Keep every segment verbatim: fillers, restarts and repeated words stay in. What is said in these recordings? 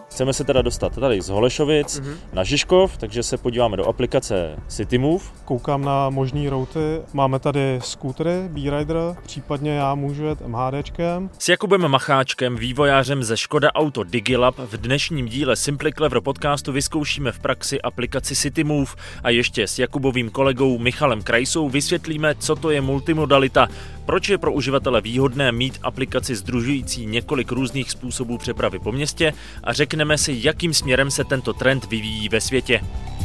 Chceme se teda dostat tady z Holešovic mm-hmm. na Žižkov, takže se podíváme do aplikace CityMove. Koukám na možný routy. Máme tady skútry, B-Rider, případně já můžu jet MHDčkem. S Jakubem Macháčkem, vývojářem ze Škoda Auto Digilab, v dnešním díle Simply Clever podcastu vyzkoušíme v praxi aplikaci CityMove a ještě s Jakubovým kolegou Michalem Krajsou vysvětlíme, co to je multimodalita, proč je pro uživatele výhodné mít aplikaci sdružující několik různých způsobů přepravy po městě a řekneme si, jakým směrem se tento trend vyvíjí ve světě.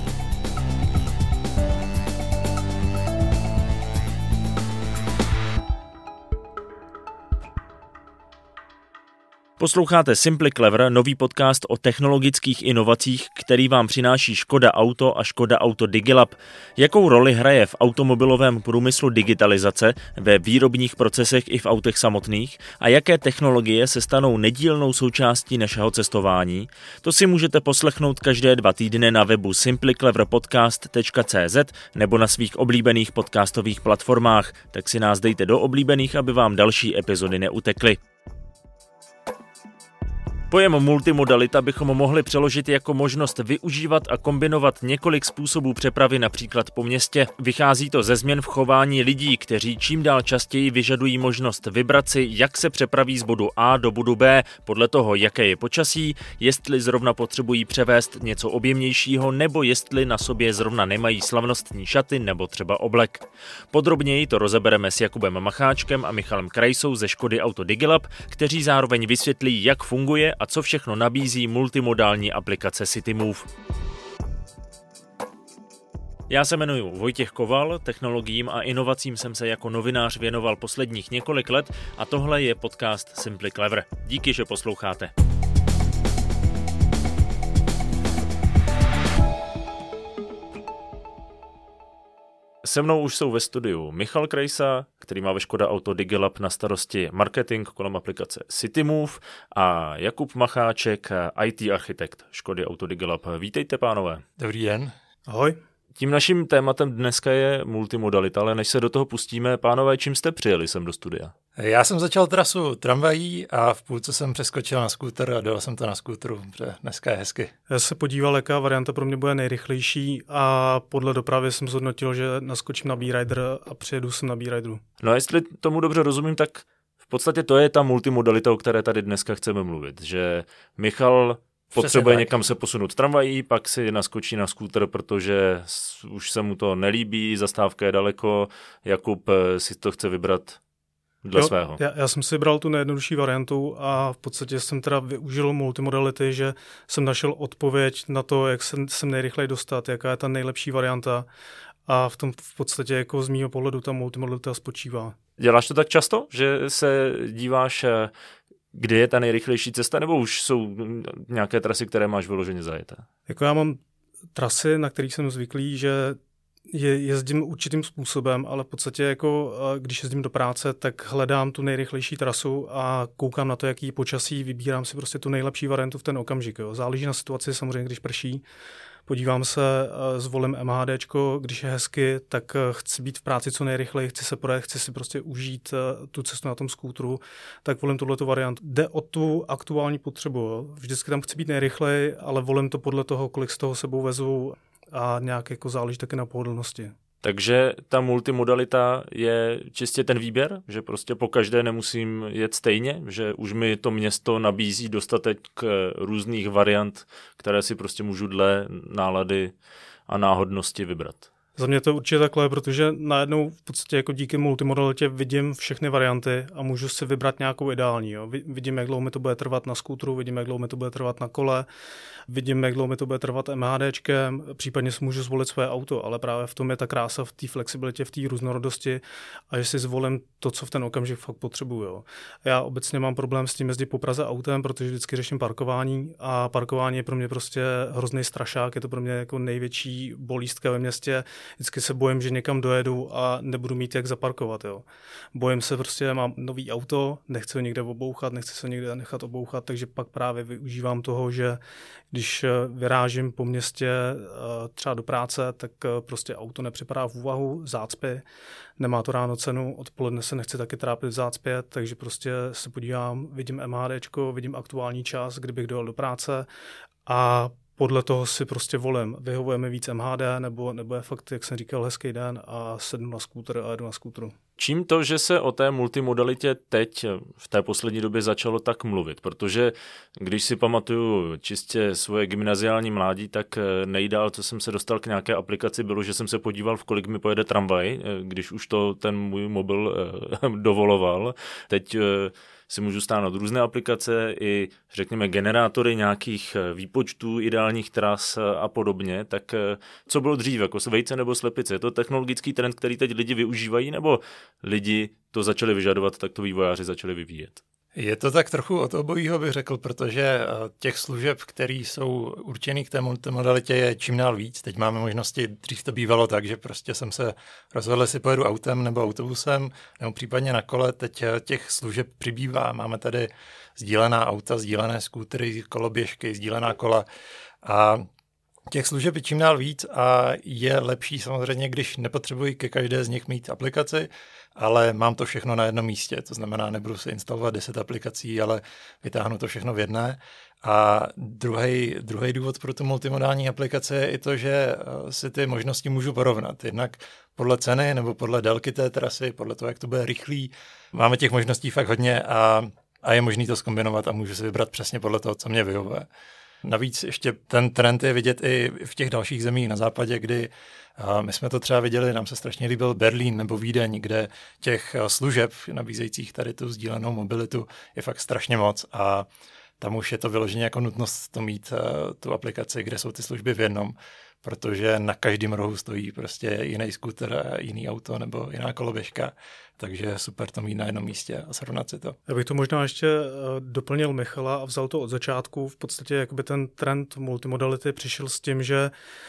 Posloucháte Simply Clever, nový podcast o technologických inovacích, který vám přináší Škoda Auto a Škoda Auto Digilab. Jakou roli hraje v automobilovém průmyslu digitalizace, ve výrobních procesech i v autech samotných a jaké technologie se stanou nedílnou součástí našeho cestování? To si můžete poslechnout každé dva týdny na webu simply clever podcast tečka cé zet nebo na svých oblíbených podcastových platformách, tak si nás dejte do oblíbených, aby vám další epizody neutekly. Pojem multimodalita bychom mohli přeložit jako možnost využívat a kombinovat několik způsobů přepravy například po městě. Vychází to ze změn v chování lidí, kteří čím dál častěji vyžadují možnost vybrat si, jak se přepraví z bodu A do bodu B, podle toho, jaké je počasí, jestli zrovna potřebují převést něco objemnějšího, nebo jestli na sobě zrovna nemají slavnostní šaty nebo třeba oblek. Podrobněji to rozebereme s Jakubem Macháčkem a Michalem Krajsou ze Škody Auto Digilab, kteří zároveň vysvětlí, jak funguje a co všechno nabízí multimodální aplikace CityMove. Já se jmenuji Vojtěch Koval, technologiím a inovacím jsem se jako novinář věnoval posledních několik let a tohle je podcast Simply Clever. Díky, že posloucháte. Se mnou už jsou ve studiu Michal Krajsa, který má ve Škoda Auto Digilab na starosti marketing kolem aplikace CityMove, a Jakub Macháček, í té architekt Škody Auto Digilab. Vítejte, pánové. Dobrý den. Ahoj. Tím naším tématem dneska je multimodalita, ale než se do toho pustíme, pánové, čím jste přijeli sem do studia? Já jsem začal trasu tramvají a v půlce jsem přeskočil na skútr a dojel jsem to na skútru, protože dneska je hezky. Já se podíval, jaká varianta pro mě bude nejrychlejší a podle dopravy jsem zhodnotil, že naskočím na B-Rider a přijedu sem na B-Rideru. No a jestli tomu dobře rozumím, tak v podstatě to je ta multimodalita, o které tady dneska chceme mluvit, že Michal potřebuje někam se posunout tramvají, pak si naskočí na skútr, protože už se mu to nelíbí, zastávka je daleko, Jakub si to chce vybrat dle jo, svého. Já, já jsem si bral tu nejjednodušší variantu a v podstatě jsem teda využil multimodality, že jsem našel odpověď na to, jak se sem nejrychleji dostat, jaká je ta nejlepší varianta a v tom v podstatě jako z mýho pohledu ta multimodalita spočívá. Děláš to tak často, že se díváš, kde je ta nejrychlejší cesta, nebo už jsou nějaké trasy, které máš vyloženě zajeté? Jako já mám trasy, na kterých jsem zvyklý, že je, jezdím určitým způsobem, ale v podstatě jako když jezdím do práce, tak hledám tu nejrychlejší trasu a koukám na to, jaký počasí, vybírám si prostě tu nejlepší variantu v ten okamžik. Jo. Záleží na situaci, samozřejmě, když prší. Podívám se, zvolím MHDčko, když je hezky, tak chci být v práci co nejrychleji, chci se projet, chci si prostě užít tu cestu na tom skútru, tak volím tuhletu variantu. Jde o tu aktuální potřebu. Vždycky tam chci být nejrychleji, ale volím to podle toho, kolik z toho sebou vezu a nějak jako záleží taky na pohodlnosti. Takže ta multimodalita je čistě ten výběr, že prostě po každé nemusím jet stejně, že už mi to město nabízí dostatek různých variant, které si prostě můžu dle nálady a náhodnosti vybrat. Za mě to určitě takhle, protože najednou v podstatě jako díky multimodalitě vidím všechny varianty a můžu si vybrat nějakou ideální. Jo. Vidím, jak dlouho mi to bude trvat na skútru, vidím, jak dlouho mi to bude trvat na kole, vidím, jak dlouho mi to bude trvat MHDčkem, případně si můžu zvolit své auto, ale právě v tom je ta krása v té flexibilitě, v té různorodosti a že si zvolím to, co v ten okamžik fakt potřebuju. Jo. Já obecně mám problém s tím jezdit po Praze autem, protože vždycky řeším parkování a parkování je pro mě prostě hrozný strašák, je to pro mě jako největší bolístka ve městě. vždycky se bojím, že někam dojedu a nebudu mít jak zaparkovat. Jo. Bojím se prostě, mám nový auto, nechci ho někde obouchat, nechci se někde nechat obouchat, takže pak právě využívám toho, že když vyrážím po městě třeba do práce, tak prostě auto nepřipadá v úvahu, zácpy, nemá to ráno cenu, odpoledne se nechci taky trápit v zácpě, takže prostě se podívám, vidím MHDčko, vidím aktuální čas, kdybych dojel do práce a podle toho si prostě volím. Vyhovuje mi víc M H D, nebo, nebo je fakt, jak jsem říkal, hezký den a sednu na skútr a jedu na skútru. Čím to, že se o té multimodalitě teď v té poslední době začalo tak mluvit? Protože když si pamatuju čistě svoje gymnaziální mládí, tak nejdál, co jsem se dostal k nějaké aplikaci, bylo, že jsem se podíval, v kolik mi pojede tramvaj, když už to ten můj mobil dovoloval. Teď si můžu stáhnout různé aplikace i, řekněme, generátory nějakých výpočtů, ideálních tras a podobně. Tak co bylo dřív, jako vejce nebo slepice? Je to technologický trend, který teď lidi využívají, nebo lidi to začali vyžadovat, tak to vývojáři začali vyvíjet? Je to tak trochu od obojího, bych řekl, protože těch služeb, které jsou určený k té multimodalitě, je čím dál víc. Teď máme možnosti, dřív to bývalo tak, že prostě jsem se rozhodl, jestli pojedu autem nebo autobusem, nebo případně na kole. Teď těch služeb přibývá. Máme tady sdílená auta, sdílené skútry, koloběžky, sdílená kola a těch služeb je čím dál víc a je lepší samozřejmě, když nepotřebuji ke každé z nich mít aplikaci, ale mám to všechno na jednom místě. To znamená, nebudu si instalovat deset aplikací, ale vytáhnu to všechno v jedné. A druhý, druhý důvod pro tu multimodální aplikaci je i to, že si ty možnosti můžu porovnat. Jednak podle ceny nebo podle délky té trasy, podle toho, jak to bude rychlý. Máme těch možností fakt hodně a, a je možný to zkombinovat a můžu si vybrat přesně podle toho, co mě vyhovuje. Navíc ještě ten trend je vidět i v těch dalších zemích na západě, kdy my jsme to třeba viděli, nám se strašně líbil Berlín nebo Vídeň, kde těch služeb nabízejících tady tu sdílenou mobilitu je fakt strašně moc a tam už je to vyloženě jako nutnost to mít tu aplikaci, kde jsou ty služby v jednom, protože na každém rohu stojí prostě jiný skútr, jiný auto nebo jiná koloběžka, takže je super to mít na jednom místě a srovnat si to. Já bych to možná ještě doplnil Michala a vzal to od začátku. V podstatě jakoby ten trend multimodality přišel s tím, že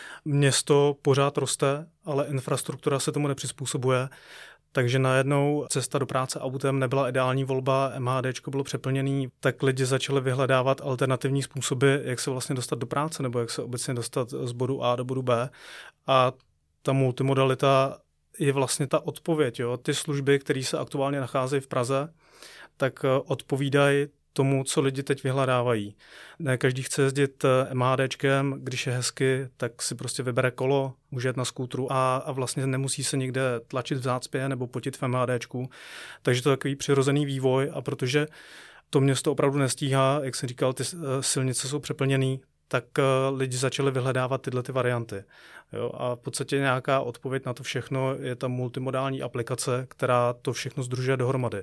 město pořád roste, ale infrastruktura se tomu nepřizpůsobuje. Takže najednou cesta do práce autem nebyla ideální volba, MHDčko bylo přeplněný, tak lidi začali vyhledávat alternativní způsoby, jak se vlastně dostat do práce nebo jak se obecně dostat z bodu A do bodu B. A ta multimodalita je vlastně ta odpověď. Jo? Ty služby, které se aktuálně nacházejí v Praze, tak odpovídají tomu, co lidi teď vyhledávají. Ne každý chce jezdit MHDčkem, když je hezky, tak si prostě vybere kolo, může jet na skútru a, a vlastně nemusí se někde tlačit v zácpě nebo potit v MHDčku. Takže to je takový přirozený vývoj a protože to město opravdu nestíhá, jak jsem říkal, ty silnice jsou přeplněný, tak lidi začali vyhledávat tyhle ty varianty. Jo, a v podstatě nějaká odpověď na to všechno je ta multimodální aplikace, která to všechno sdružuje dohromady.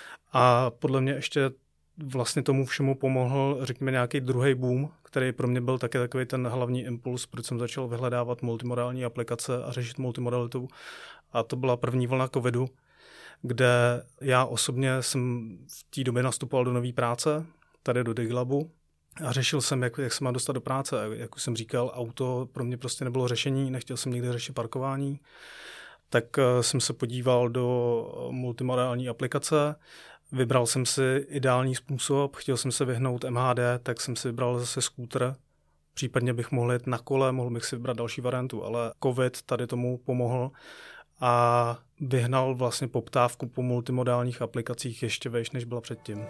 A podle mě ještě vlastně tomu všemu pomohl, řekněme, nějaký druhý boom, který pro mě byl také takový ten hlavní impuls, proč jsem začal vyhledávat multimodální aplikace a řešit multimodalitu. A to byla první vlna covidu, kde já osobně jsem v té době nastupoval do nové práce, tady do Digilabu, a řešil jsem, jak, jak se mám dostat do práce. Jak už jsem říkal, auto pro mě prostě nebylo řešení, nechtěl jsem nikdy řešit parkování. Tak jsem se podíval do multimodální aplikace, vybral jsem si ideální způsob, chtěl jsem se vyhnout M H D, tak jsem si vybral zase skútr. Případně bych mohl jít na kole, mohl bych si vybrat další variantu, ale covid tady tomu pomohl a vyhnal vlastně poptávku po multimodálních aplikacích ještě vejš, než byla předtím.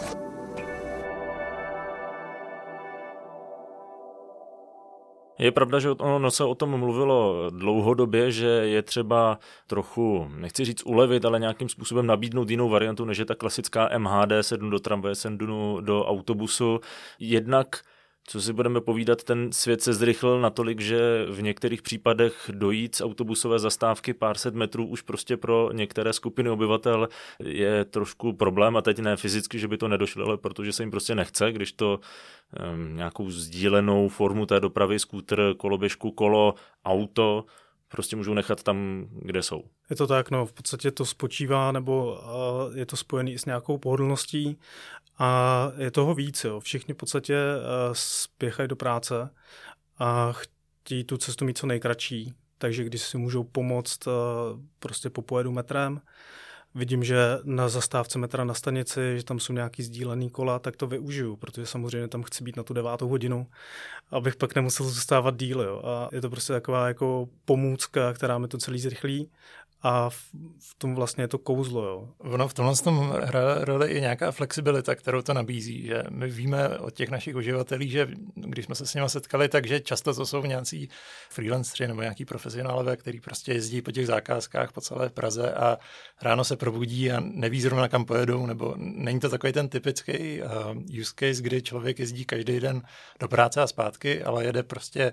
Je pravda, že ono se o tom mluvilo dlouhodobě, že je třeba trochu, nechci říct ulevit, ale nějakým způsobem nabídnout jinou variantu, než je ta klasická M H D, sednu do tramvaje, sednu do autobusu. Jednak, co si budeme povídat, ten svět se zrychlil natolik, že v některých případech dojít z autobusové zastávky pár set metrů už prostě pro některé skupiny obyvatel je trošku problém a teď ne fyzicky, že by to nedošlo, ale protože se jim prostě nechce, když to um, nějakou sdílenou formu té dopravy, skútr, koloběžku, kolo, auto, prostě můžou nechat tam, kde jsou. Je to tak, no, v podstatě to spočívá, nebo uh, je to spojený s nějakou pohodlností a je toho víc, jo. Všichni v podstatě uh, spěchají do práce a chtějí tu cestu mít co nejkratší, takže když si můžou pomoct prostě po pojedu metrem, vidím, že na zastávce metra na stanici, že tam jsou nějaký sdílený kola, tak to využiju, protože samozřejmě tam chci být na tu devátou hodinu, abych pak nemusel zůstávat díl. Jo. A je to prostě taková jako pomůcka, která mi to celý zrychlí. A v, v tom vlastně je to kouzlo. Jo. Ono v tomhle tom hraje roli i nějaká flexibilita, kterou to nabízí. Že my víme od těch našich uživatelů, že když jsme se s nimi setkali, takže často to jsou nějací freelanceri nebo nějaký profesionálové, kteří prostě jezdí po těch zakázkách po celé Praze a ráno se probudí a neví zrovna kam pojedou, nebo není to takový ten typický uh, use case, kdy člověk jezdí každý den do práce a zpátky, ale jede prostě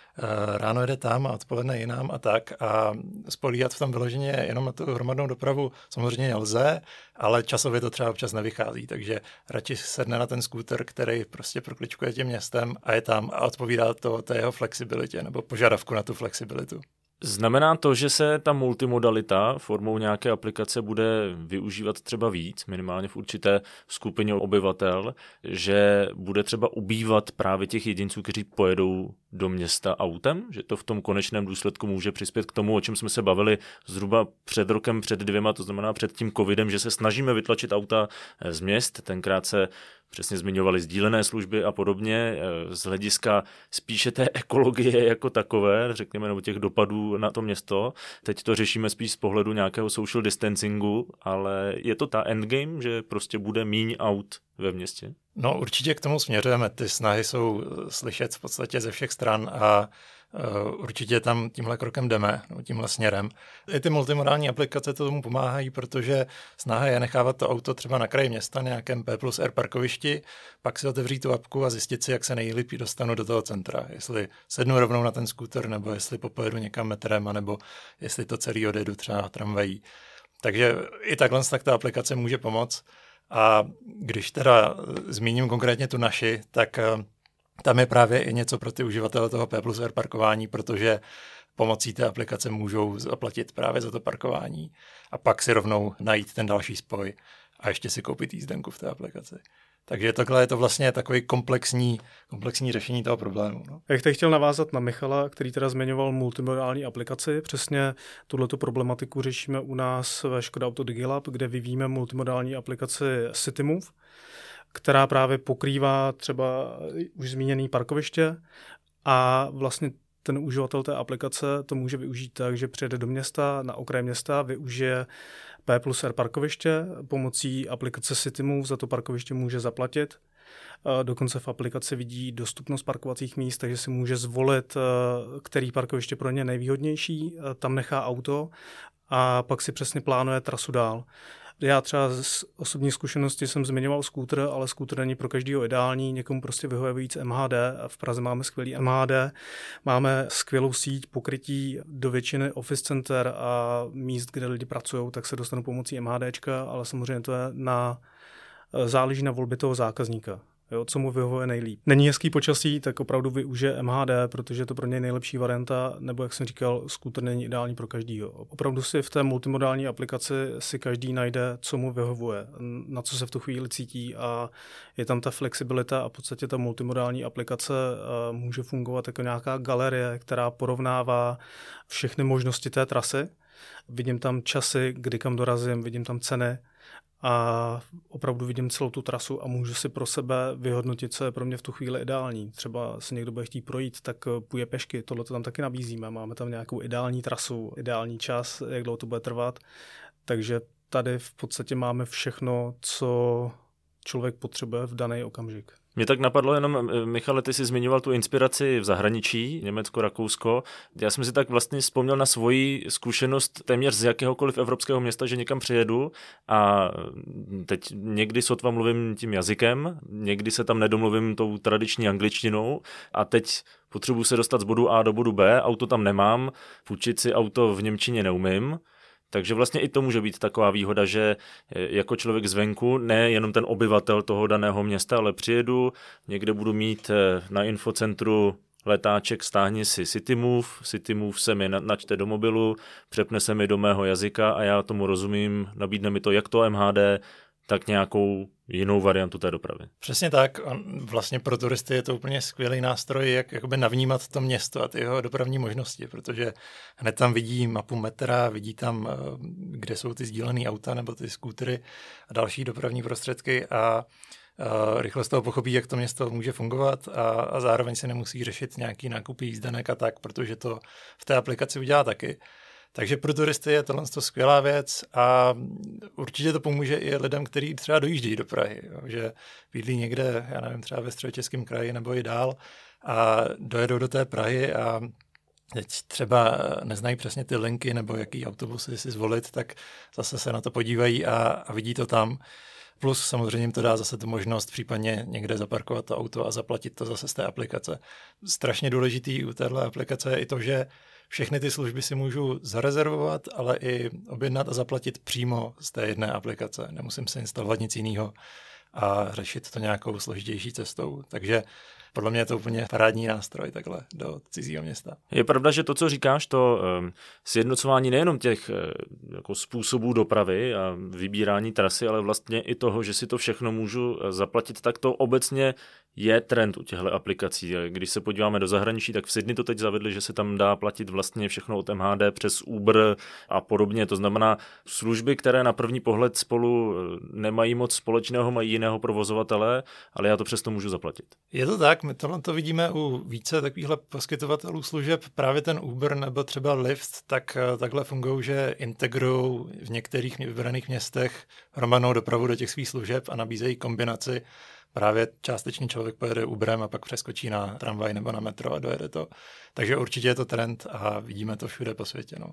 ráno jede tam a odpoledne jinam a tak a spolíhat v tom vyloženě jenom na tu hromadnou dopravu samozřejmě lze, ale časově to třeba občas nevychází, takže radši sedne na ten skúter, který prostě prokličkuje tím městem a je tam a odpovídá to té jeho flexibilitě nebo požadavku na tu flexibilitu. Znamená to, že se ta multimodalita formou nějaké aplikace bude využívat třeba víc, minimálně v určité skupině obyvatel, že bude třeba ubývat právě těch jedinců, kteří pojedou do města autem, že to v tom konečném důsledku může přispět k tomu, o čem jsme se bavili zhruba před rokem, před dvěma, to znamená před tím covidem, že se snažíme vytlačit auta z měst, tenkrát se přesně zmiňovali sdílené služby a podobně, z hlediska spíše té ekologie jako takové, řekněme, nebo těch dopadů na to město. Teď to řešíme spíš z pohledu nějakého social distancingu, ale je to ta endgame, že prostě bude míň aut ve městě? No určitě k tomu směřujeme. Ty snahy jsou slyšet v podstatě ze všech stran a Uh, určitě tam tímhle krokem jdeme, no, tímhle směrem. I ty multimodální aplikace to tomu pomáhají, protože snaha je nechávat to auto třeba na kraji města, nějakém P plus R parkovišti, pak si otevřít tu apku a zjistit si, jak se nejlíp dostanu do toho centra. Jestli sednu rovnou na ten skúter, nebo jestli popojedu někam metrem, nebo jestli to celý odjedu třeba na tramvají. Takže i takhle tak ta aplikace může pomoct. A když teda zmíním konkrétně tu naši, tak tam je právě i něco pro ty uživatele toho P plus R parkování, protože pomocí té aplikace můžou zaplatit právě za to parkování a pak si rovnou najít ten další spoj a ještě si koupit jízdenku v té aplikaci. Takže takhle je to vlastně takový komplexní, komplexní řešení toho problému. No. Jak teď chtěl navázat na Michala, který teda zmiňoval multimodální aplikaci, přesně tuhletu problematiku řešíme u nás ve Škoda Auto Digilab, kde vyvíjíme multimodální aplikaci CityMove, která právě pokrývá třeba už zmíněné parkoviště a vlastně ten uživatel té aplikace to může využít tak, že přijede do města, na okraj města, využije P plus R parkoviště, pomocí aplikace CityMove za to parkoviště může zaplatit. Dokonce v aplikaci vidí dostupnost parkovacích míst, takže si může zvolit, který parkoviště pro ně nejvýhodnější, tam nechá auto a pak si přesně plánuje trasu dál. Já třeba z osobní zkušenosti jsem zmiňoval skútr, ale skútr není pro každého ideální, někomu prostě vyhovuje víc M H D a v Praze máme skvělý M H D, máme skvělou síť pokrytí do většiny office center a míst, kde lidi pracují, tak se dostanou pomocí MHDčka, ale samozřejmě to je na, záleží na volbě toho zákazníka. Jo, co mu vyhovuje nejlíp. Není hezký počasí, tak opravdu využije M H D, protože je to pro něj nejlepší varianta, nebo jak jsem říkal, skútr není ideální pro každýho. Opravdu si v té multimodální aplikaci si každý najde, co mu vyhovuje, na co se v tu chvíli cítí a je tam ta flexibilita a v podstatě ta multimodální aplikace může fungovat jako nějaká galerie, která porovnává všechny možnosti té trasy. Vidím tam časy, kdy kam dorazím, vidím tam ceny, a opravdu vidím celou tu trasu a můžu si pro sebe vyhodnotit, co je pro mě v tu chvíli ideální. Třeba se někdo bude chtít projít, tak půjde pešky, tohle to tam taky nabízíme. Máme tam nějakou ideální trasu, ideální čas, jak dlouho to bude trvat. Takže tady v podstatě máme všechno, co člověk potřebuje v daný okamžik. Mě tak napadlo jenom, Michale, ty jsi zmiňoval tu inspiraci v zahraničí, Německo, Rakousko. Já jsem si tak vlastně vzpomněl na svoji zkušenost téměř z jakéhokoliv evropského města, že někam přijedu a teď někdy sotva mluvím tím jazykem, někdy se tam nedomluvím tou tradiční angličtinou a teď potřebuji se dostat z bodu A do bodu B, auto tam nemám, půjčit si auto v němčině neumím. Takže vlastně i to může být taková výhoda, že jako člověk zvenku, ne jenom ten obyvatel toho daného města, ale přijedu, někde budu mít na infocentru letáček, stáhni si CityMove, CityMove se mi načte do mobilu, přepne se mi do mého jazyka a já tomu rozumím, nabídne mi to jak to M H D, tak nějakou jinou variantu té dopravy. Přesně tak. On, vlastně pro turisty je to úplně skvělý nástroj, jak jakoby navnímat to město a ty jeho dopravní možnosti, protože hned tam vidí mapu metra, vidí tam, kde jsou ty sdílené auta nebo ty skútry a další dopravní prostředky a Uh, rychle z toho pochopí, jak to město může fungovat a, a zároveň si nemusí řešit nějaký nákupy jízdenek a tak, protože to v té aplikaci udělá taky. Takže pro turisty je tohle skvělá věc a určitě to pomůže i lidem, kteří třeba dojíždějí do Prahy, jo, že bydlí někde, já nevím, třeba ve Středočeském kraji nebo i dál a dojedou do té Prahy a teď třeba neznají přesně ty linky nebo jaký autobusy si zvolit, tak zase se na to podívají a, a vidí to tam. Plus samozřejmě jim to dá zase tu možnost případně někde zaparkovat to auto a zaplatit to zase z té aplikace. Strašně důležitý u téhle aplikace je i to, že všechny ty služby si můžu zarezervovat, ale i objednat a zaplatit přímo z té jedné aplikace. Nemusím se instalovat nic jiného a řešit to nějakou složitější cestou. Takže podle mě je to úplně parádní nástroj takhle do cizího města. Je pravda, že to, co říkáš, to um, sjednocování nejenom těch uh, jako způsobů dopravy a vybírání trasy, ale vlastně i toho, že si to všechno můžu zaplatit, tak to obecně je trend u těchto aplikací. Když se podíváme do zahraničí, tak v Sydney to teď zavedli, že se tam dá platit vlastně všechno od M H D přes Uber a podobně. To znamená služby, které na první pohled spolu nemají moc společného, mají jiného provozovatele, ale já to přesto můžu zaplatit. Je to tak, my tohle to vidíme u více takovýchhle poskytovatelů služeb. Právě ten Uber nebo třeba Lyft, tak takhle fungují, že integrují v některých vybraných městech hromadnou dopravu do těch svých služeb a nabízejí kombinaci. Právě částečně člověk pojede Uberem a pak přeskočí na tramvaj nebo na metro a dojede to. Takže určitě je to trend a vidíme to všude po světě. No.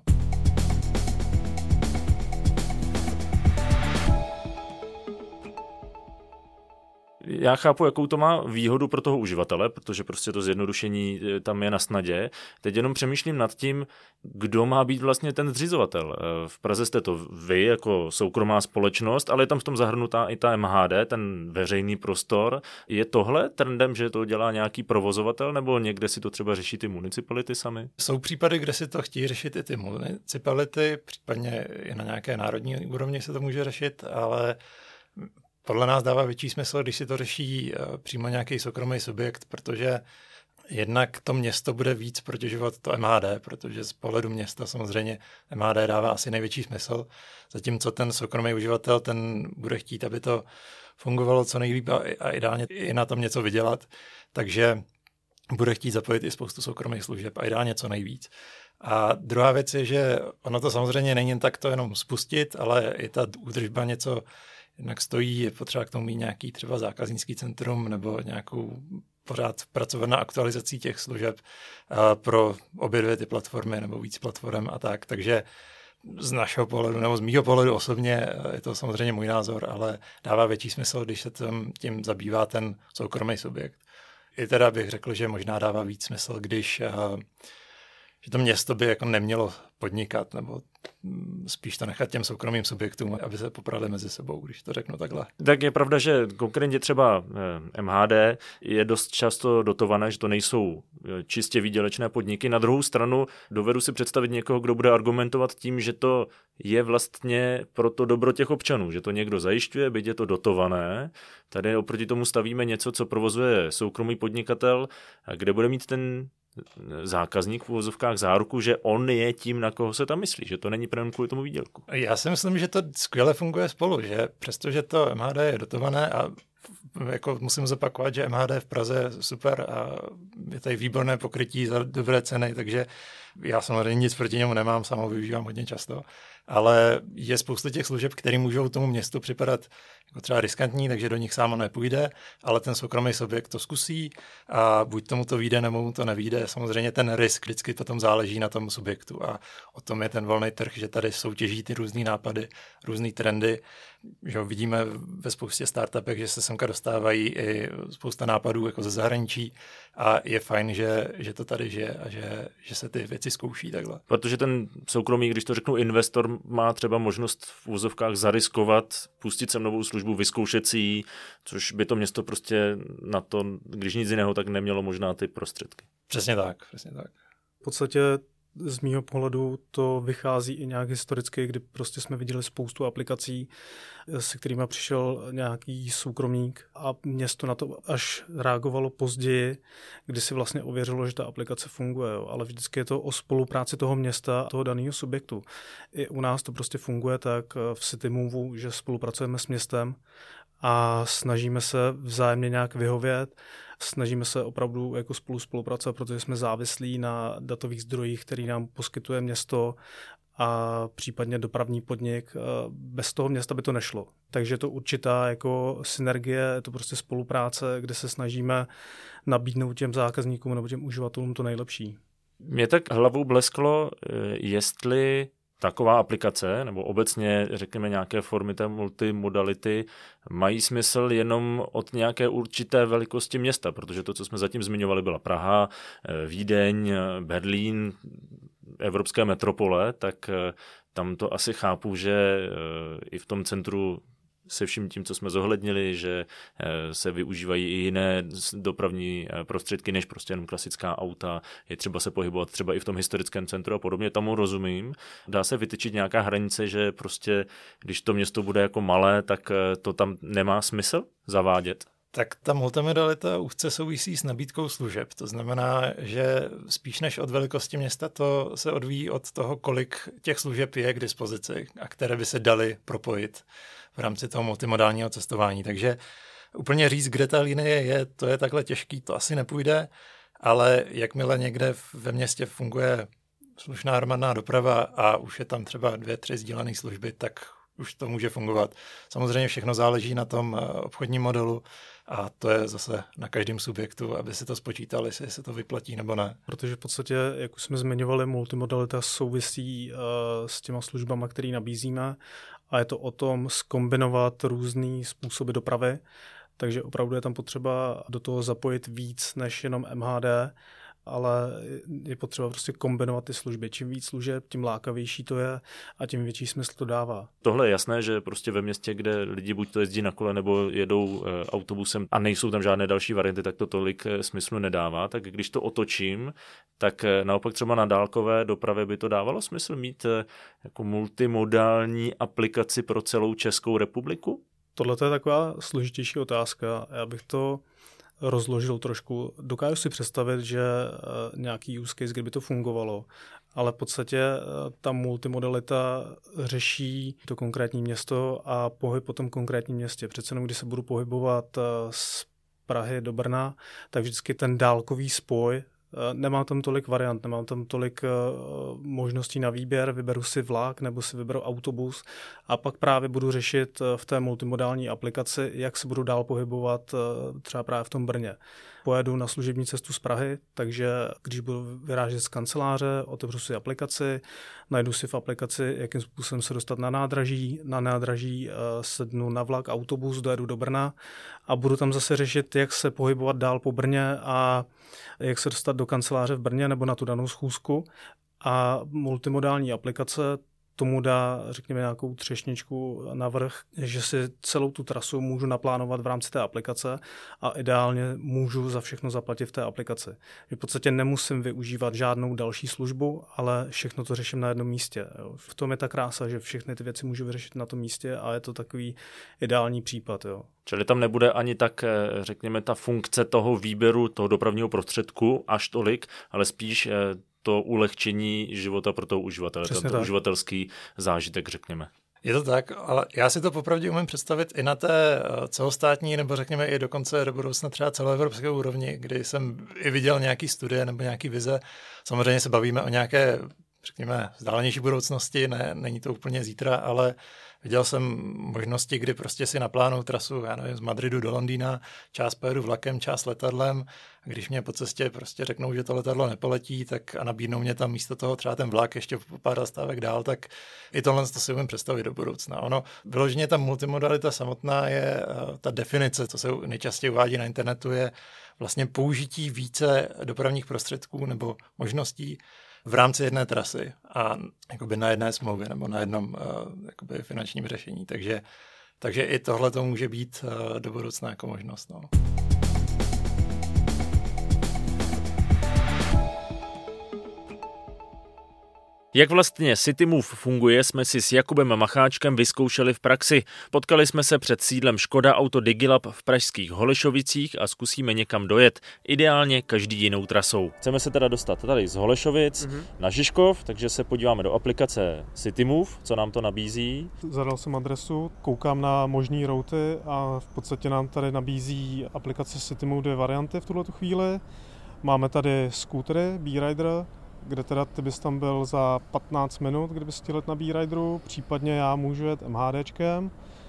Já chápu, jakou to má výhodu pro toho uživatele, protože prostě to zjednodušení tam je na snadě. Teď jenom přemýšlím nad tím, kdo má být vlastně ten zřizovatel. V Praze jste to vy jako soukromá společnost, ale je tam v tom zahrnutá i ta M H D, ten veřejný prostor. Je tohle trendem, že to dělá nějaký provozovatel, nebo někde si to třeba řeší ty municipality sami? Jsou případy, kde si to chtějí řešit i ty municipality, případně i na nějaké národní úrovni se to může řešit, ale podle nás dává větší smysl, když si to řeší přímo nějaký soukromý subjekt, protože jednak to město bude víc protěžovat to M H D, protože z pohledu města samozřejmě M H D dává asi největší smysl, zatímco ten soukromý uživatel, ten bude chtít, aby to fungovalo co nejlíp a ideálně i na tom něco vydělat, takže bude chtít zapojit i spoustu soukromých služeb a ideálně co nejvíc. A druhá věc je, že ono to samozřejmě není jen tak to jenom spustit, ale i ta údržba něco jednak stojí, je potřeba k tomu mít nějaký třeba zákaznický centrum nebo nějakou pořád pracovat na aktualizací těch služeb pro obě dvě ty platformy nebo víc platform a tak. Takže z našeho pohledu nebo z mýho pohledu osobně je to samozřejmě můj názor, ale dává větší smysl, když se tím, tím zabývá ten soukromý subjekt. I teda bych řekl, že možná dává víc smysl, když že to město by jako nemělo podnikat, nebo spíš to nechat těm soukromým subjektům, aby se poprali mezi sebou, když to řeknu takhle. Tak je pravda, že konkrétně třeba M H D je dost často dotované, že to nejsou čistě výdělečné podniky. Na druhou stranu dovedu si představit někoho, kdo bude argumentovat tím, že to je vlastně pro to dobro těch občanů, že to někdo zajišťuje, byť je to dotované. Tady oproti tomu stavíme něco, co provozuje soukromý podnikatel, kde bude mít ten zákazník v uvozovkách záruku, že on je tím, na koho se tam myslí, že to není jenom kvůli tomu výdělku. Já si myslím, že to skvěle funguje spolu, že přestože to M H D je dotované a jako musím zopakovat, že M H D v Praze je super a je tady výborné pokrytí za dobré ceny, takže já samozřejmě nic proti němu nemám, sám ho využívám hodně často, ale je spousta těch služeb, které můžou tomu městu připadat jako třeba riskantní, takže do nich sám nepůjde, ale ten soukromý subjekt to zkusí a buď tomu to vyjde, nebo mu to nevyjde. Samozřejmě ten risk vždycky potom záleží na tom subjektu a o tom je ten volný trh, že tady soutěží ty různý nápady, různý trendy. Že vidíme ve spoustě startupech, že se semka dostávají i spousta nápadů jako ze zahraničí a je fajn, že, že to tady žije a že, že se ty věci zkouší takhle. Protože ten soukromý, když to řeknu, investor má třeba možnost v úzovkách zariskovat, pustit sem novou službu, vyzkoušet si ji, což by to město prostě na to, když nic jiného, tak nemělo možná ty prostředky. Přesně tak, přesně tak. V podstatě z mýho pohledu to vychází i nějak historicky, kdy prostě jsme viděli spoustu aplikací, se kterými přišel nějaký soukromník a město na to až reagovalo později, kdy si vlastně ověřilo, že ta aplikace funguje. Jo. Ale vždycky je to o spolupráci toho města a toho daného subjektu. I u nás to prostě funguje tak v CityMoveu, že spolupracujeme s městem a snažíme se vzájemně nějak vyhovět, snažíme se opravdu jako spolu spolupracovat, protože jsme závislí na datových zdrojích, který nám poskytuje město a případně dopravní podnik. Bez toho města by to nešlo. Takže to určitá jako synergie, je to prostě spolupráce, kde se snažíme nabídnout těm zákazníkům nebo těm uživatelům to nejlepší. Mě tak hlavou blesklo, jestli taková aplikace, nebo obecně řekněme nějaké formy té multimodality, mají smysl jenom od nějaké určité velikosti města, protože to, co jsme zatím zmiňovali, byla Praha, Vídeň, Berlín, evropské metropole, tak tam to asi chápu, že i v tom centru se vším tím, co jsme zohlednili, že se využívají i jiné dopravní prostředky než prostě jenom klasická auta, je třeba se pohybovat třeba i v tom historickém centru a podobně, tomu rozumím. Dá se vytyčit nějaká hranice, že prostě, když to město bude jako malé, tak to tam nemá smysl zavádět? Tak ta multimodalita úzce souvisí s nabídkou služeb. To znamená, že spíš než od velikosti města to se odvíjí od toho, kolik těch služeb je k dispozici a které by se daly propojit v rámci toho multimodálního cestování. Takže úplně říct, kde ta linie je, to je takhle těžký, to asi nepůjde, ale jakmile někde ve městě funguje slušná hromadná doprava a už je tam třeba dvě, tři sdílené služby, tak už to může fungovat. Samozřejmě všechno záleží na tom obchodním modelu a to je zase na každém subjektu, aby si to spočítali, jestli se to vyplatí nebo ne. Protože v podstatě, jak už jsme zmiňovali, multimodalita souvisí uh, s těma službama, které nabízíme a je to o tom zkombinovat různý způsoby dopravy, takže opravdu je tam potřeba do toho zapojit víc než jenom M H D, ale je potřeba prostě kombinovat ty služby. Čím víc služeb, tím lákavější to je a tím větší smysl to dává. Tohle je jasné, že prostě ve městě, kde lidi buď to jezdí na kole nebo jedou e, autobusem a nejsou tam žádné další varianty, tak to tolik e, smyslu nedává. Tak když to otočím, tak e, naopak třeba na dálkové dopravě by to dávalo smysl mít e, jako multimodální aplikaci pro celou Českou republiku? Tohle je taková složitější otázka. Já bych to rozložil trošku. Dokážu si představit, že nějaký use case, kdyby to fungovalo, ale v podstatě ta multimodalita řeší to konkrétní město a pohyb po tom konkrétním městě. Přece jenom, když se budu pohybovat z Prahy do Brna, tak vždycky ten dálkový spoj, nemám tam tolik variant, nemám tam tolik možností na výběr, vyberu si vlak nebo si vyberu autobus a pak právě budu řešit v té multimodální aplikaci, jak se budu dál pohybovat třeba právě v tom Brně. Pojedu na služební cestu z Prahy, takže když budu vyrážet z kanceláře, otevřu si aplikaci, najdu si v aplikaci, jakým způsobem se dostat na nádraží, na nádraží sednu na vlak, autobus, dojedu do Brna a budu tam zase řešit, jak se pohybovat dál po Brně a jak se dostat do kanceláře v Brně nebo na tu danou schůzku. A multimodální aplikace tomu dá, řekněme, nějakou třešničku navrch, že si celou tu trasu můžu naplánovat v rámci té aplikace a ideálně můžu za všechno zaplatit v té aplikaci. V podstatě nemusím využívat žádnou další službu, ale všechno to řeším na jednom místě. V tom je ta krása, že všechny ty věci můžu vyřešit na tom místě a je to takový ideální případ. Jo. Čili tam nebude ani tak, řekněme, ta funkce toho výběru toho dopravního prostředku až tolik, ale spíš to ulehčení života pro toho uživatele, ten uživatelský zážitek, řekněme. Je to tak, ale já si to popravdě umím představit i na té celostátní, nebo řekněme i dokonce do budoucna třeba celoevropské úrovni, kdy jsem i viděl nějaký studie nebo nějaký vize. Samozřejmě se bavíme o nějaké, řekněme, vzdálenější budoucnosti, ne, není to úplně zítra, ale viděl jsem možnosti, kdy prostě si naplánuju trasu, já nevím, z Madridu do Londýna, část pojedu vlakem, část letadlem. Když mě po cestě prostě řeknou, že to letadlo nepoletí, tak a nabídnou mě tam místo toho třeba ten vlak ještě pár zastávek dál, tak i tohle to si umím představit do budoucna. Ono, vyloženě ta multimodalita samotná je, ta definice, co se nejčastěji uvádí na internetu, je vlastně použití více dopravních prostředků nebo možností v rámci jedné trasy a jakoby na jedné smlouvě nebo na jednom uh, jakoby finančním řešení. Takže, takže i tohle to může být uh, do budoucna jako možnost. No. Jak vlastně CityMove funguje, jsme si s Jakubem Macháčkem vyzkoušeli v praxi. Potkali jsme se před sídlem Škoda Auto Digilab v pražských Holešovicích a zkusíme někam dojet, ideálně každý jinou trasou. Chceme se teda dostat tady z Holešovic mm-hmm. na Žižkov, takže se podíváme do aplikace CityMove, co nám to nabízí. Zadal jsem adresu, koukám na možný routy a v podstatě nám tady nabízí aplikace CityMove dvě varianty v tuhletu chvíli. Máme tady skútry, B-Rider, kde teda ty bys tam byl za patnáct minut, kdybys chtěl jet na B-Rideru, případně já můžu jet MHDčkem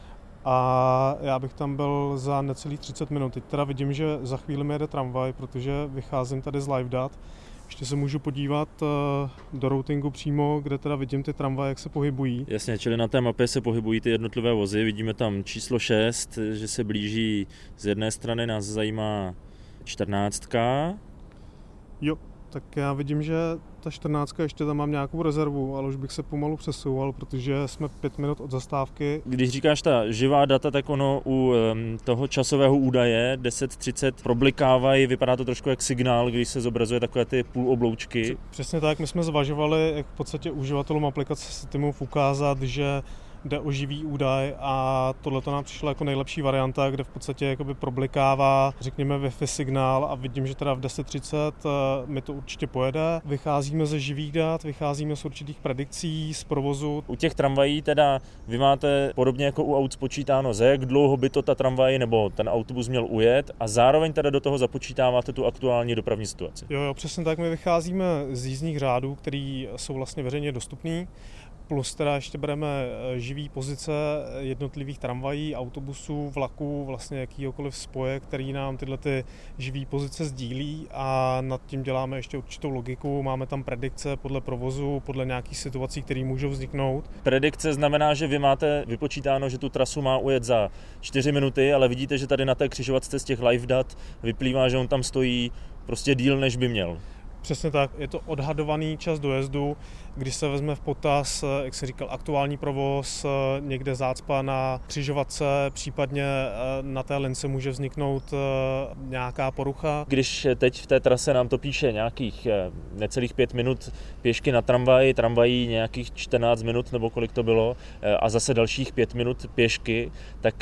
a já bych tam byl za necelých třicet minut. Teď teda vidím, že za chvíli mi jede tramvaj, protože vycházím tady z live dat. Ještě se můžu podívat do routingu přímo, kde teda vidím ty tramvaje, jak se pohybují. Jasně, čili na té mapě se pohybují ty jednotlivé vozy. Vidíme tam číslo šest, že se blíží z jedné strany, nás zajímá čtrnáctka. Jo. Tak já vidím, že ta čtrnáctka ještě tam mám nějakou rezervu, ale už bych se pomalu přesouval, protože jsme pět minut od zastávky. Když říkáš ta živá data, tak ono u um, toho časového údaje deset třicet problikávají, vypadá to trošku jak signál, když se zobrazuje takové ty půlobloučky. Přesně tak, my jsme zvažovali, jak v podstatě uživatelům aplikace CityMove ukázat, že jde o živý údaj a tohle to nám přišlo jako nejlepší varianta, kde v podstatě jakoby problikává, řekněme, Wi-Fi signál a vidím, že teda v deset třicet mi to určitě pojede. Vycházíme ze živých dat, vycházíme z určitých predikcí, z provozu. U těch tramvají teda vy máte podobně jako u aut spočítáno, za jak dlouho by to ta tramvaj nebo ten autobus měl ujet a zároveň teda do toho započítáváte tu aktuální dopravní situaci. Jo, jo, přesně tak, my vycházíme z jízdních řádů, které jsou vlastně veřejně dostupné. Plus teda ještě bereme živý pozice jednotlivých tramvají, autobusů, vlaků, vlastně jakýkoliv spoje, který nám tyhle ty živý pozice sdílí a nad tím děláme ještě určitou logiku. Máme tam predikce podle provozu, podle nějakých situací, které můžou vzniknout. Predikce znamená, že vy máte vypočítáno, že tu trasu má ujet za čtyři minuty, ale vidíte, že tady na té křižovatce z těch live dat vyplývá, že on tam stojí prostě díl, než by měl. Přesně tak, je to odhadovaný čas dojezdu, když se vezme v potaz, jak jsem říkal, aktuální provoz, někde zácpa na křižovatce, případně na té lince může vzniknout nějaká porucha. Když teď v té trase nám to píše nějakých necelých pět minut pěšky na tramvaji, tramvají nějakých čtrnáct minut nebo kolik to bylo a zase dalších pět minut pěšky, tak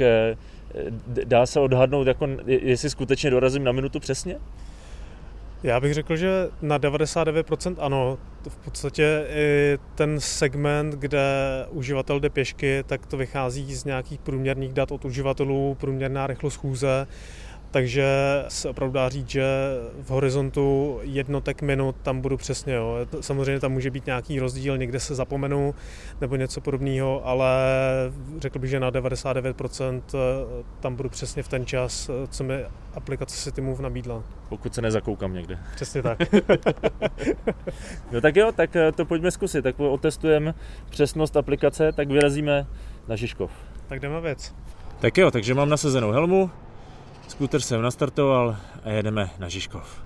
dá se odhadnout, jako, jestli skutečně dorazím na minutu přesně? Já bych řekl, že na devadesát devět procent ano. V podstatě i ten segment, kde uživatel jde pěšky, tak to vychází z nějakých průměrných dat od uživatelů, průměrná rychlost chůze. Takže se opravdu dá říct, že v horizontu jednotek minut tam budu přesně. Jo. Samozřejmě tam může být nějaký rozdíl, někde se zapomenu nebo něco podobného, ale řekl bych, že na devadesát devět procent tam budu přesně v ten čas, co mi aplikace CityMove nabídla. Pokud se nezakoukám někde. Přesně tak. No tak jo, tak to pojďme zkusit. Tak otestujeme přesnost aplikace, tak vyrazíme na Žižkov. Tak jdeme věc. Tak jo, takže mám nasazenou helmu. Skúter jsem nastartoval a jedeme na Žižkov.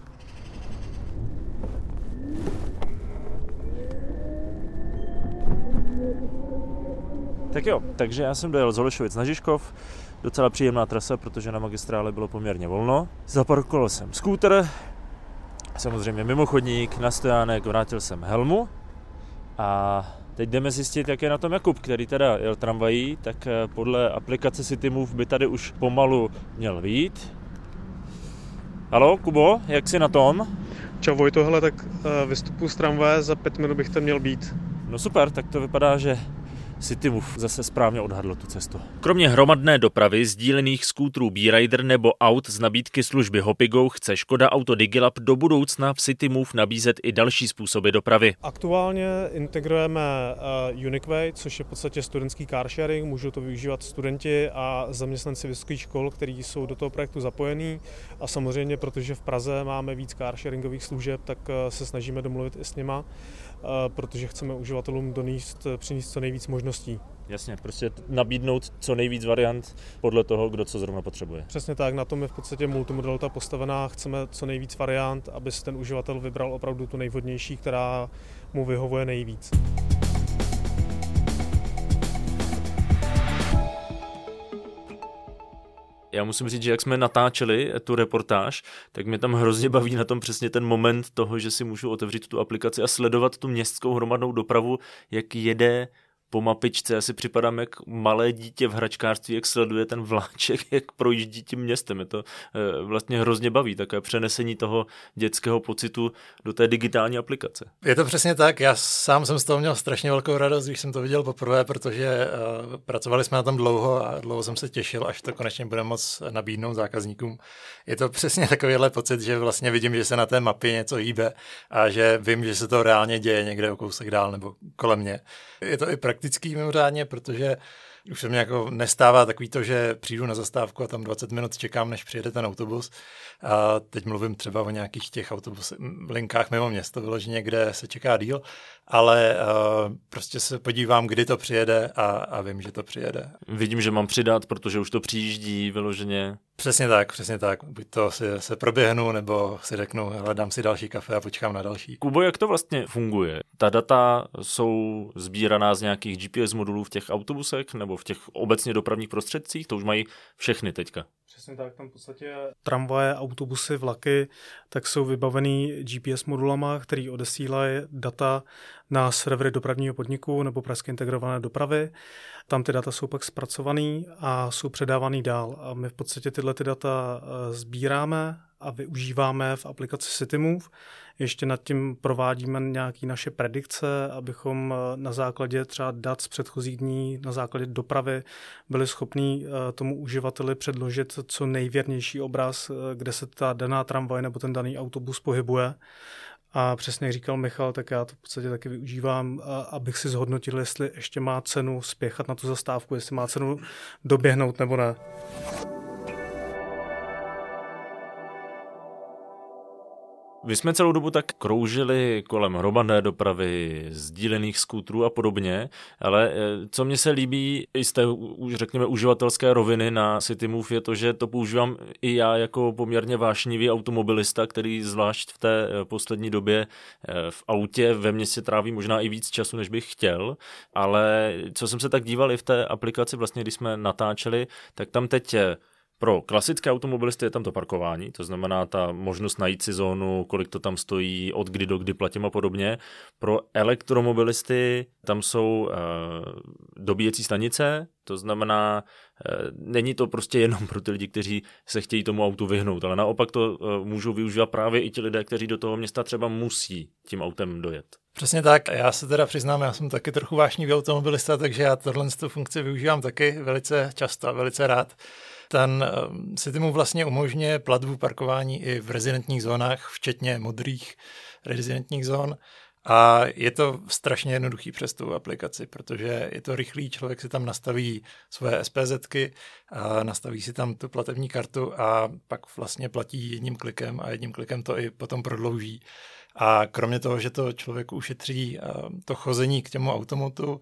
Tak jo, takže já jsem dojel z Holešovic na Žižkov. Docela příjemná trasa, protože na magistrále bylo poměrně volno. Zaparkoval jsem skúter, samozřejmě mimochodník, na stojánek, vrátil jsem helmu a teď jdeme zjistit, jak je na tom Jakub, který teda jel tramvají, tak podle aplikace CityMove by tady už pomalu měl vyjít. Haló, Kubo, jak jsi na tom? Čau Vojto, hele, tak vystupuji z tramvaje, za pět minut bych tam měl být. No super, tak to vypadá, že CityMove zase správně odhadlo tu cestu. Kromě hromadné dopravy, sdílených skútrů B-Rider nebo aut z nabídky služby Hopigo chce Škoda Auto Digilab do budoucna v CityMove nabízet i další způsoby dopravy. Aktuálně integrujeme uh, Uniquay, což je v podstatě studentský carsharing, můžou to využívat studenti a zaměstnanci vysokých škol, kteří jsou do toho projektu zapojení. A samozřejmě, protože v Praze máme víc carsharingových služeb, tak uh, se snažíme domluvit i s nima, uh, protože chceme uživatelům donést, přinést co nejvíc možností. Jasně, prostě nabídnout co nejvíc variant podle toho, kdo co zrovna potřebuje. Přesně tak, na tom je v podstatě multimodalita postavená, chceme co nejvíc variant, aby si ten uživatel vybral opravdu tu nejvhodnější, která mu vyhovuje nejvíc. Já musím říct, že jak jsme natáčeli tu reportáž, tak mě tam hrozně baví na tom přesně ten moment toho, že si můžu otevřít tu aplikaci a sledovat tu městskou hromadnou dopravu, jak jede po mapičce. Já si připadám jak malé dítě v hračkářství, jak sleduje ten vláček, jak projíždí tím městem. Je to e, vlastně hrozně baví, také přenesení toho dětského pocitu do té digitální aplikace. Je to přesně tak. Já sám jsem z toho měl strašně velkou radost, když jsem to viděl poprvé, protože uh, pracovali jsme na tom dlouho a dlouho jsem se těšil, až to konečně bude moc nabídnout zákazníkům. Je to přesně takovýhle pocit, že vlastně vidím, že se na té mapě něco hýbe a že vím, že se to reálně děje někde o kousek dál nebo kolem mě. Je to i praktický mimořádně, protože už se mi jako nestává takový to, že přijdu na zastávku a tam dvacet minut čekám, než přijede ten autobus. A teď mluvím třeba o nějakých těch autobus linkách mimo město, vyloženě, kde se čeká díl, ale uh, prostě se podívám, kdy to přijede a, a vím, že to přijede. Vidím, že mám přidat, protože už to přijíždí vyloženě. Přesně tak, přesně tak. Buď to si, se proběhnu, nebo si řeknu, hele, dám si další kafe a počkám na další. Kubo, jak to vlastně funguje? Ta data jsou sbíraná z nějakých G P S modulů v těch autobusech nebo v těch obecně dopravních prostředcích? To už mají všechny teďka. Přesně tak, tam v podstatě tramvaje, autobusy, vlaky, tak jsou vybavený G P S modulama, který odesílají data na servery dopravního podniku nebo Pražské integrované dopravy. Tam ty data jsou pak zpracovaný a jsou předávaný dál. A my v podstatě tyhle ty data sbíráme a využíváme v aplikaci CityMove. Ještě nad tím provádíme nějaké naše predikce, abychom na základě třeba dat z předchozích dní, na základě dopravy byli schopní tomu uživateli předložit co nejvěrnější obraz, kde se ta daná tramvaj nebo ten daný autobus pohybuje. A přesně jak říkal Michal, tak já to v podstatě taky využívám, abych si zhodnotil, jestli ještě má cenu spěchat na tu zastávku, jestli má cenu doběhnout nebo ne. Vy jsme celou dobu tak kroužili kolem hromadné dopravy, sdílených skútrů a podobně, ale co mně se líbí i z té, už řekněme, uživatelské roviny na CityMove je to, že to používám i já jako poměrně vášnivý automobilista, který zvlášť v té poslední době v autě ve městě tráví možná i víc času, než bych chtěl, ale co jsem se tak díval i v té aplikaci, vlastně když jsme natáčeli, tak tam teď pro klasické automobilisty je tam to parkování, to znamená ta možnost najít si zónu, kolik to tam stojí, od kdy do kdy platím a podobně. Pro elektromobilisty tam jsou e, dobíjecí stanice, to znamená, e, není to prostě jenom pro ty lidi, kteří se chtějí tomu autu vyhnout, ale naopak to e, můžou využívat právě i ti lidé, kteří do toho města třeba musí tím autem dojet. Přesně tak. Já se teda přiznám, já jsem taky trochu vášnivý automobilista, takže já tohle funkci využívám taky velice často a velice rád. Ten CityMove vlastně umožňuje platbu parkování i v rezidentních zónách, včetně modrých rezidentních zón. A je to strašně jednoduchý přes tu aplikaci, protože je to rychlý, člověk si tam nastaví svoje SPZky, a nastaví si tam tu platební kartu a pak vlastně platí jedním klikem a jedním klikem to i potom prodlouží. A kromě toho, že to člověku ušetří to chození k těmu automatu,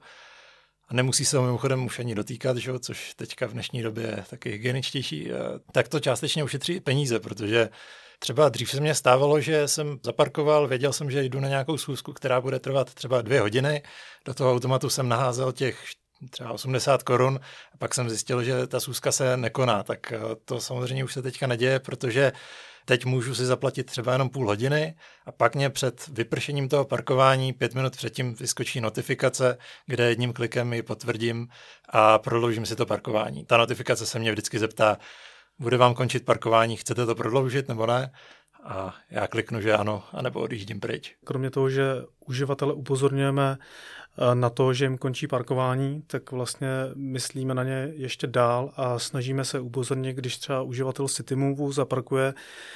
a nemusí se ho mimochodem už ani dotýkat, že? Což teďka v dnešní době je taky hygieničtější, tak to částečně ušetří peníze, protože třeba dřív se mně stávalo, že jsem zaparkoval, věděl jsem, že jdu na nějakou schůzku, která bude trvat třeba dvě hodiny, do toho automatu jsem naházel těch třeba osmdesát korun a pak jsem zjistil, že ta schůzka se nekoná, tak to samozřejmě už se teďka neděje, protože teď můžu si zaplatit třeba jenom půl hodiny a pak mě před vypršením toho parkování pět minut předtím vyskočí notifikace, kde jedním klikem ji potvrdím a prodloužím si to parkování. Ta notifikace se mě vždycky zeptá, bude vám končit parkování, chcete to prodloužit nebo ne? A já kliknu, že ano, anebo odjíždím pryč. Kromě toho, že uživatele upozorňujeme na to, že jim končí parkování, tak vlastně myslíme na ně ještě dál a snažíme se upozornit, když třeba uživatel CityMove zaparkuje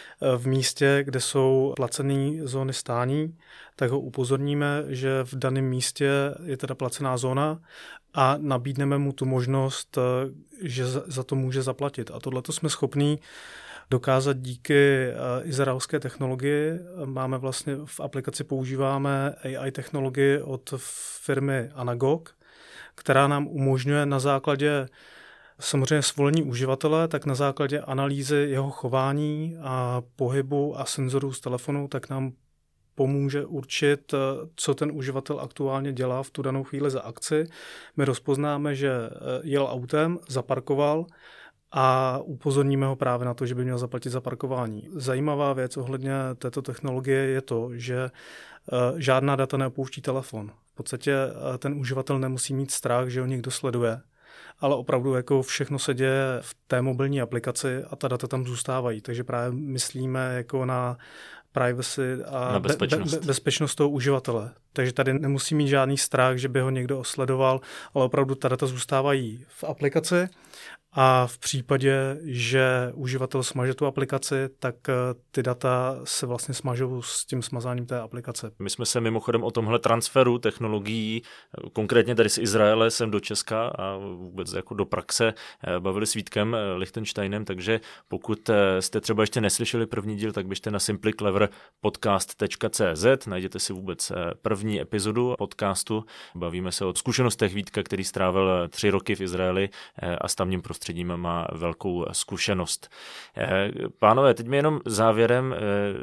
v místě, kde jsou placené zóny stání, tak ho upozorníme, že v daném místě je teda placená zóna a nabídneme mu tu možnost, že za to může zaplatit. A tohleto jsme schopní dokázat díky izraelské technologii. Máme vlastně v aplikaci používáme A I technologii od firmy Anagog, která nám umožňuje na základě samozřejmě svolení uživatele, tak na základě analýzy jeho chování a pohybu a senzorů z telefonu, tak nám pomůže určit, co ten uživatel aktuálně dělá v tu danou chvíli za akci. My rozpoznáme, že jel autem, zaparkoval a upozorníme ho právě na to, že by měl zaplatit za parkování. Zajímavá věc ohledně této technologie je to, že žádná data neopouští telefon. V podstatě ten uživatel nemusí mít strach, že ho někdo sleduje, ale opravdu jako všechno se děje v té mobilní aplikaci a ta data tam zůstávají. Takže právě myslíme jako na privacy a na bezpečnost. Be- be- bezpečnost toho uživatele. Takže tady nemusí mít žádný strach, že by ho někdo osledoval, ale opravdu ta data zůstávají v aplikaci a v případě, že uživatel smaže tu aplikaci, tak ty data se vlastně smažou s tím smazáním té aplikace. My jsme se mimochodem o tomhle transferu technologií, konkrétně tady z Izraele sem do Česka a vůbec jako do praxe, bavili s Vítkem Lichtensteinem, takže pokud jste třeba ještě neslyšeli první díl, tak běžte na simply clever podcast tečka cé zet, najděte si vůbec první epizodu podcastu. Bavíme se o zkušenostech Vítka, který strávil tři roky v Izraeli a s tamním prostředím má velkou zkušenost. Pánové, teď mi jenom závěrem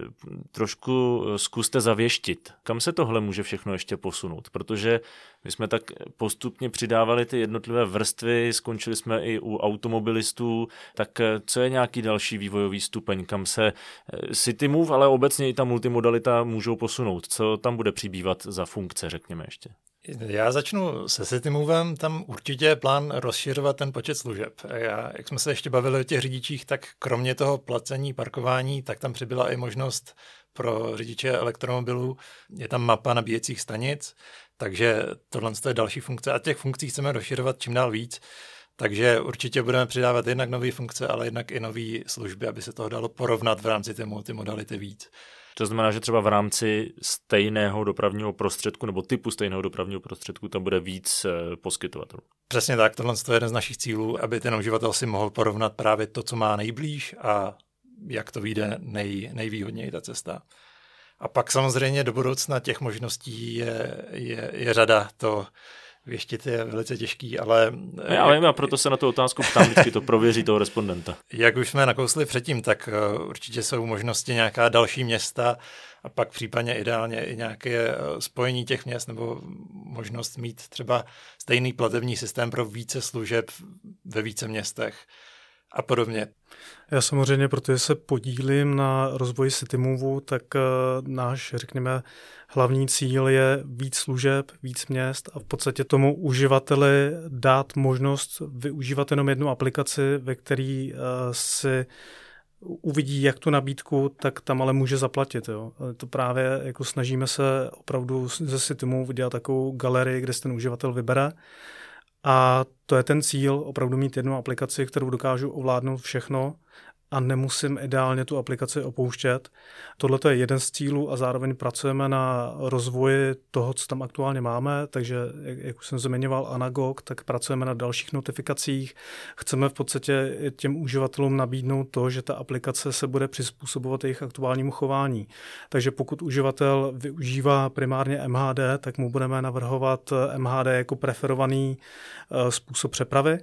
trošku zkuste zavěštit. Kam se tohle může všechno ještě posunout? Protože my jsme tak postupně přidávali ty jednotlivé vrstvy, skončili jsme i u automobilistů, tak co je nějaký další vývojový stupeň, kam se CityMove, ale obecně i ta multimodalita můžou posunout? Co tam bude přibývat za funkce, řekněme ještě? Já začnu se CityMovem, tam určitě je plán rozšiřovat ten počet služeb. Já, jak jsme se ještě bavili o těch řidičích, tak kromě toho placení parkování, tak tam přibyla i možnost pro řidiče elektromobilů. Je tam mapa nabíjecích stanic, takže tohle je další funkce a těch funkcí chceme rozšiřovat čím dál víc. Takže určitě budeme přidávat jednak nové funkce, ale jednak i nové služby, aby se toho dalo porovnat v rámci té multimodality víc. To znamená, že třeba v rámci stejného dopravního prostředku nebo typu stejného dopravního prostředku tam bude víc poskytovatelů. Přesně tak, tohle je jeden z našich cílů, aby ten uživatel si mohl porovnat právě to, co má nejblíž a jak to vyjde nej, nejvýhodněji ta cesta. A pak samozřejmě do budoucna těch možností je, je, je řada. To věštit je velice těžký, ale... Já vím, a proto se na tu otázku ptám, vždycky to prověří toho respondenta. Jak už jsme nakousli předtím, tak určitě jsou možnosti nějaká další města a pak případně ideálně i nějaké spojení těch měst nebo možnost mít třeba stejný platební systém pro více služeb ve více městech a podobně. Já samozřejmě, protože se podílím na rozvoji CityMoveu, tak náš, řekněme, hlavní cíl je víc služeb, víc měst a v podstatě tomu uživateli dát možnost využívat jenom jednu aplikaci, ve který si uvidí jak tu nabídku, tak tam ale může zaplatit. Jo. To právě jako snažíme se opravdu ze CityMoveu dělat takovou galerii, kde si ten uživatel vybere. A to je ten cíl, opravdu mít jednu aplikaci, kterou dokážu ovládnout všechno a nemusím ideálně tu aplikaci opouštět. Tohle je jeden z cílů a zároveň pracujeme na rozvoji toho, co tam aktuálně máme, takže jak už jsem zmiňoval Anagog, tak pracujeme na dalších notifikacích. Chceme v podstatě těm uživatelům nabídnout to, že ta aplikace se bude přizpůsobovat jejich aktuálnímu chování. Takže pokud uživatel využívá primárně M H D, tak mu budeme navrhovat M H D jako preferovaný způsob přepravy.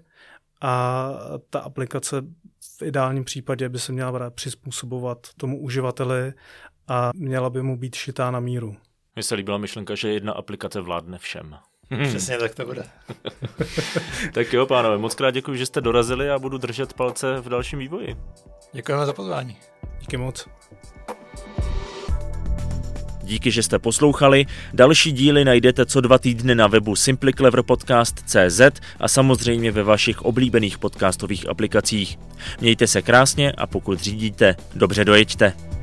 A ta aplikace v ideálním případě by se měla přizpůsobovat tomu uživateli a měla by mu být šitá na míru. Mně se líbila myšlenka, že jedna aplikace vládne všem. Přesně tak to bude. Tak jo, pánové, moc krát děkuji, že jste dorazili a budu držet palce v dalším vývoji. Děkujeme za pozvání. Díky moc. Díky, že jste poslouchali. Další díly najdete co dva týdny na webu simply clever podcast tečka cé zet a samozřejmě ve vašich oblíbených podcastových aplikacích. Mějte se krásně a pokud řídíte, dobře dojeďte.